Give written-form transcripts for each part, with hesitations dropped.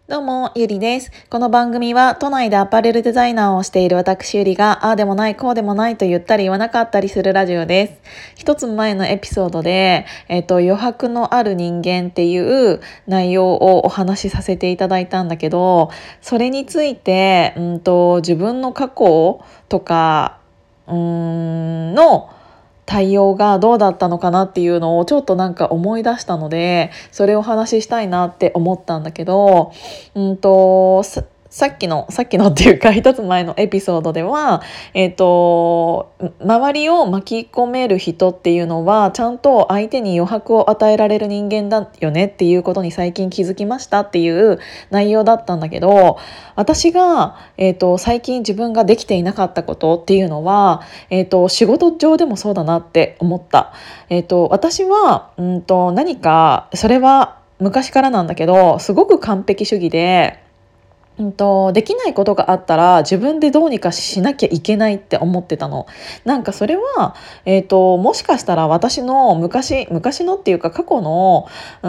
どうも、ゆりです。この番組は都内でアパレルデザイナーをしている私ゆりが、ああでもない、こうでもないと言ったり言わなかったりするラジオです。一つ前のエピソードで、余白のある人間っていう内容をお話しさせていただいたんだけど、それについて、自分の過去とか、の対応がどうだったのかなっていうのをちょっと思い出したので、それをお話ししたいなって思ったんだけど、さっきのっていうか一つ前のエピソードでは、周りを巻き込める人っていうのはちゃんと相手に余白を与えられる人間だよねっていうことに最近気づきましたっていう内容だったんだけど、私が、最近自分ができていなかったことっていうのは、仕事上でもそうだなって思った。私は、何かそれは昔からなんだけど、すごく完璧主義で、できないことがあったら自分でどうにかしなきゃいけないって思ってたの。それは、もしかしたら私の昔のっていうか過去の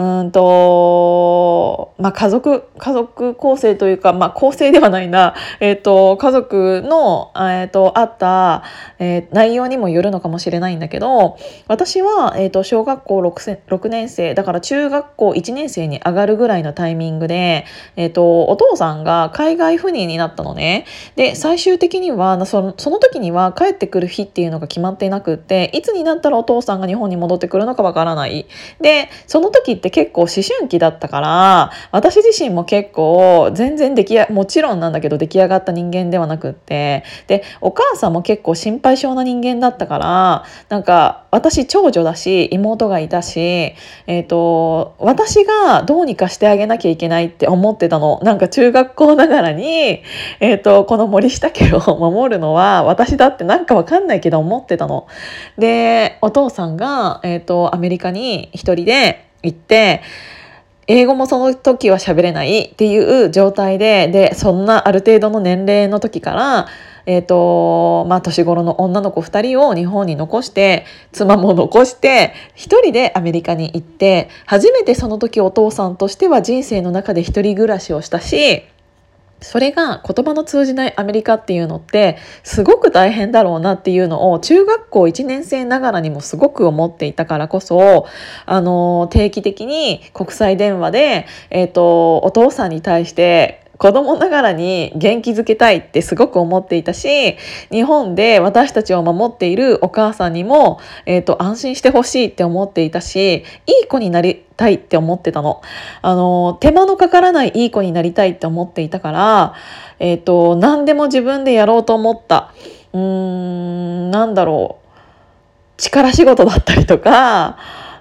家族構成というか、構成ではないな、家族の、あった、内容にもよるのかもしれないんだけど、私は、小学校6年生だから中学校1年生に上がるぐらいのタイミングで、お父さんが海外赴任になったのね。で、最終的にはその時には帰ってくる日っていうのが決まっていなくって、いつになったらお父さんが日本に戻ってくるのかわからない。で、その時って結構思春期だったから、私自身も結構全然もちろんなんだけど出来上がった人間ではなくって、で、お母さんも結構心配性な人間だったから、私長女だし妹がいたし、私がどうにかしてあげなきゃいけないって思ってたの。中学校ながらに、この森下家を守るのは私だってわかんないけど思ってたの。で、お父さんが、アメリカに一人で行って、英語もその時は喋れないっていう状態で、そんなある程度の年齢の時から、年頃の女の子2人を日本に残して、妻も残して一人でアメリカに行って、初めてその時お父さんとしては人生の中で一人暮らしをしたし、それが言葉の通じないアメリカっていうのってすごく大変だろうなっていうのを中学校1年生ながらにもすごく思っていたからこそ、定期的に国際電話で、お父さんに対して子供ながらに元気づけたいってすごく思っていたし、日本で私たちを守っているお母さんにも、安心してほしいって思っていたし、いい子になりたいって思ってたの。手間のかからないいい子になりたいって思っていたから、何でも自分でやろうと思った。力仕事だったりとか、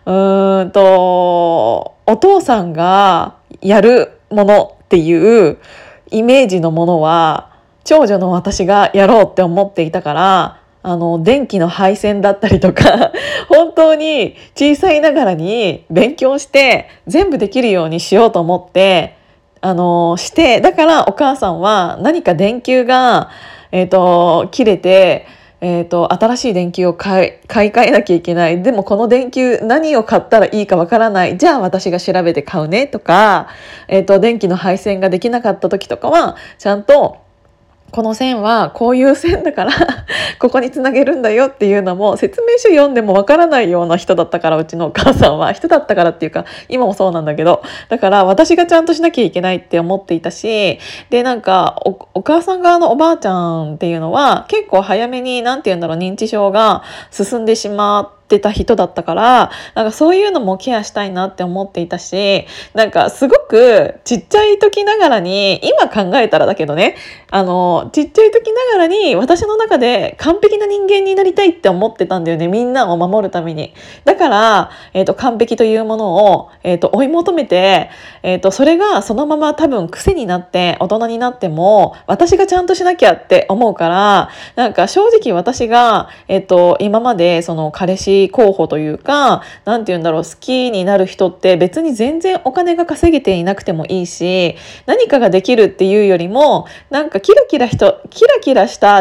お父さんがやるものっていうイメージのものは長女の私がやろうって思っていたから、電気の配線だったりとか本当に小さいながらに勉強して全部できるようにしようと思ってだからお母さんは何か電球が切れて、新しい電球を買い替えなきゃいけない。でもこの電球何を買ったらいいかわからない。じゃあ私が調べて買うねとか、電気の配線ができなかった時とかはちゃんとこの線はこういう線だからここにつなげるんだよっていうのも説明書読んでもわからないような人だったから、うちのお母さんは人だったからっていうか今もそうなんだけど、だから私がちゃんとしなきゃいけないって思っていたし、でお母さん側のおばあちゃんっていうのは結構早めに認知症が進んでしまってた人だったから、そういうのもケアしたいなって思っていたし、すごくちっちゃい時ながらに今考えたらだけどね、ちっちゃい時ながらに私の中で完璧な人間になりたいって思ってたんだよね、みんなを守るために。だから、完璧というものを、追い求めて、それがそのまま多分癖になって大人になっても私がちゃんとしなきゃって思うから、正直私が、今までその彼氏候補というか好きになる人って別に全然お金が稼げていなくてもいいし、何かができるっていうよりもキラキラした自分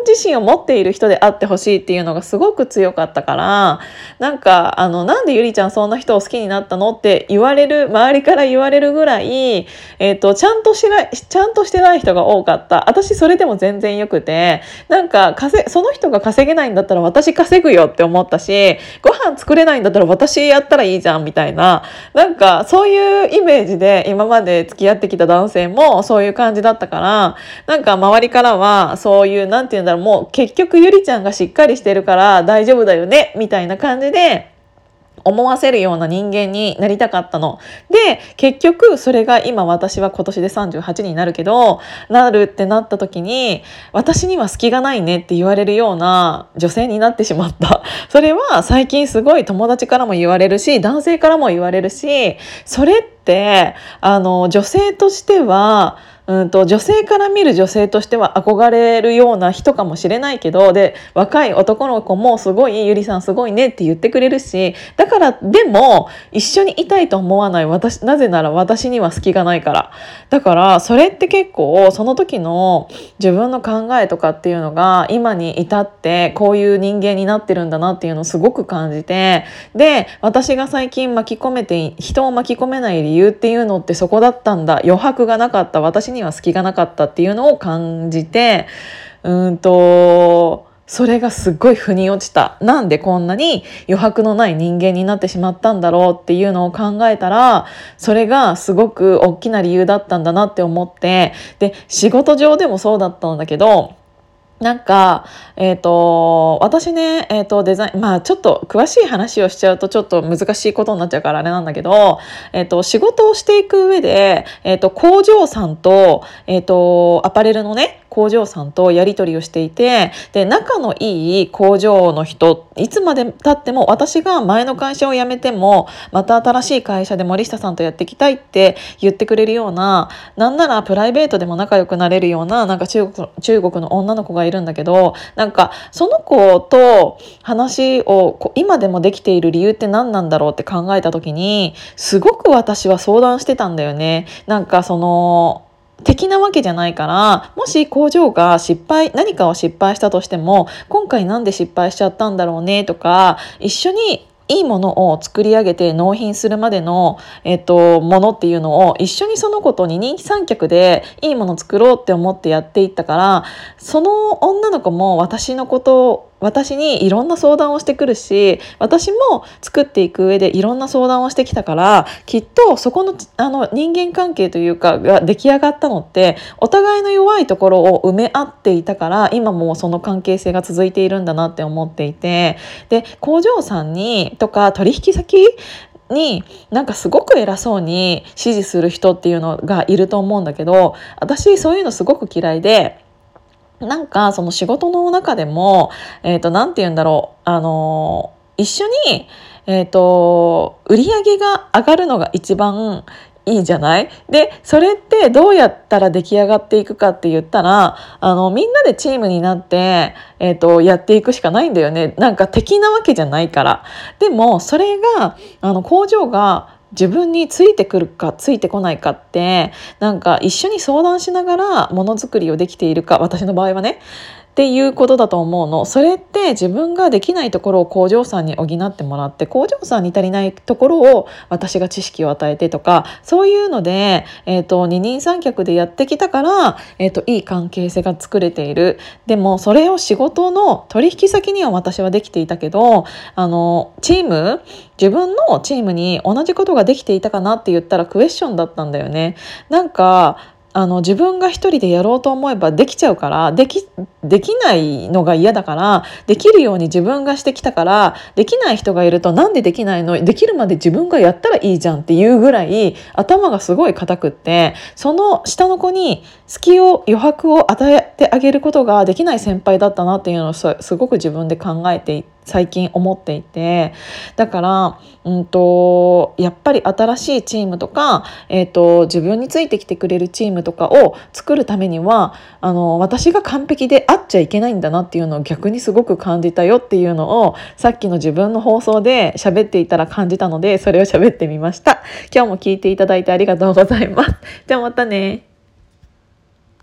自身を持っている人であってほしいっていうのがすごく強かったから、なんかなんでゆりちゃんそんな人を好きになったのって周りから言われるぐらい、ちゃんとしてない人が多かった。私それでも全然よくて、なんかその人が稼げないんだったら私稼ぐよって思ったし、ご飯作れないんだったら私やったらいいじゃんみたいな、なんかそういうイメージで今まで付き合ってきた男性もそういう感じだったから、なんか周りからはそういう、なんていうんだろう、もう結局ゆりちゃんがしっかりしてるから大丈夫だよねみたいな感じで思わせるような人間になりたかったの。で、結局それが私は今年で38になるけど、なるってなった時に、私には隙がないねって言われるような女性になってしまった。それは最近すごい友達からも言われるし、男性からも言われるし、それって女性としては女性から見る女性としては憧れるような人かもしれないけど、で若い男の子もすごいゆりさんすごいねって言ってくれるし、だからでも一緒にいたいと思わない。なぜなら私には隙がないから。だからそれって結構その時の自分の考えとかっていうのが今に至ってこういう人間になってるんだなっていうのをすごく感じて、で私が最近人を巻き込めない理由っていうのってそこだったんだ。余白がなかった、私には隙がなかったっていうのを感じて、それがすっごい腑に落ちた。なんでこんなに余白のない人間になってしまったんだろうっていうのを考えたら、それがすごく大きな理由だったんだなって思って、で仕事上でもそうだったんだけど、なんか、私ね、デザイン、まあちょっと詳しい話をしちゃうとちょっと難しいことになっちゃうからあれなんだけど、仕事をしていく上で、工場さんと、アパレルのね、工場さんとやり取りをしていて、で仲のいい工場の人、いつまで経っても私が前の会社を辞めてもまた新しい会社で森下さんとやっていきたいって言ってくれるような、なんならプライベートでも仲良くなれるような、なんか中国の女の子がいるんだけど、なんかその子と話を今でもできている理由って何なんだろうって考えた時に、すごく私は相談してたんだよね。なんか敵なわけじゃないから、もし工場が何かを失敗したとしても、今回なんで失敗しちゃったんだろうねとか、一緒にいいものを作り上げて納品するまでの、ものっていうのを一緒にその子と二人三脚でいいものを作ろうって思ってやっていったから、その女の子も私にいろんな相談をしてくるし、私も作っていく上でいろんな相談をしてきたから、きっとそこの人間関係というかが出来上がったのってお互いの弱いところを埋め合っていたから、今もその関係性が続いているんだなって思っていて、で工場さんとか取引先になんかすごく偉そうに指示する人っていうのがいると思うんだけど、私そういうのすごく嫌いで、なんかその仕事の中でも、なんて言うんだろう、一緒に、売り上げが上がるのが一番いいじゃない。でそれってどうやったら出来上がっていくかって言ったら、みんなでチームになって、やっていくしかないんだよね。なんか敵なわけじゃないから。でもそれが工場が自分についてくるかついてこないかって、なんか一緒に相談しながらものづくりをできているか、私の場合はねっていうことだと思うの。それって自分ができないところを工場さんに補ってもらって、工場さんに足りないところを私が知識を与えてとか、そういうので、二人三脚でやってきたから、いい関係性が作れている。でもそれを仕事の取引先には私はできていたけど、自分のチームに同じことができていたかなって言ったらクエスチョンだったんだよね。なんか自分が一人でやろうと思えばできちゃうから、できないのが嫌だから、できるように自分がしてきたから、できない人がいるとなんでできないの、できるまで自分がやったらいいじゃんっていうぐらい頭がすごい固くって、その下の子に余白を与えてあげることができない先輩だったなっていうのをすごく自分で考えて最近思っていて、だから、やっぱり新しいチームとか、自分についてきてくれるチームとかを作るためには私が完璧であっちゃいけないんだなっていうのを逆にすごく感じたよっていうのを、さっきの自分の放送で喋っていたら感じたので、それを喋ってみました。今日も聞いていただいてありがとうございます。じゃあまたね。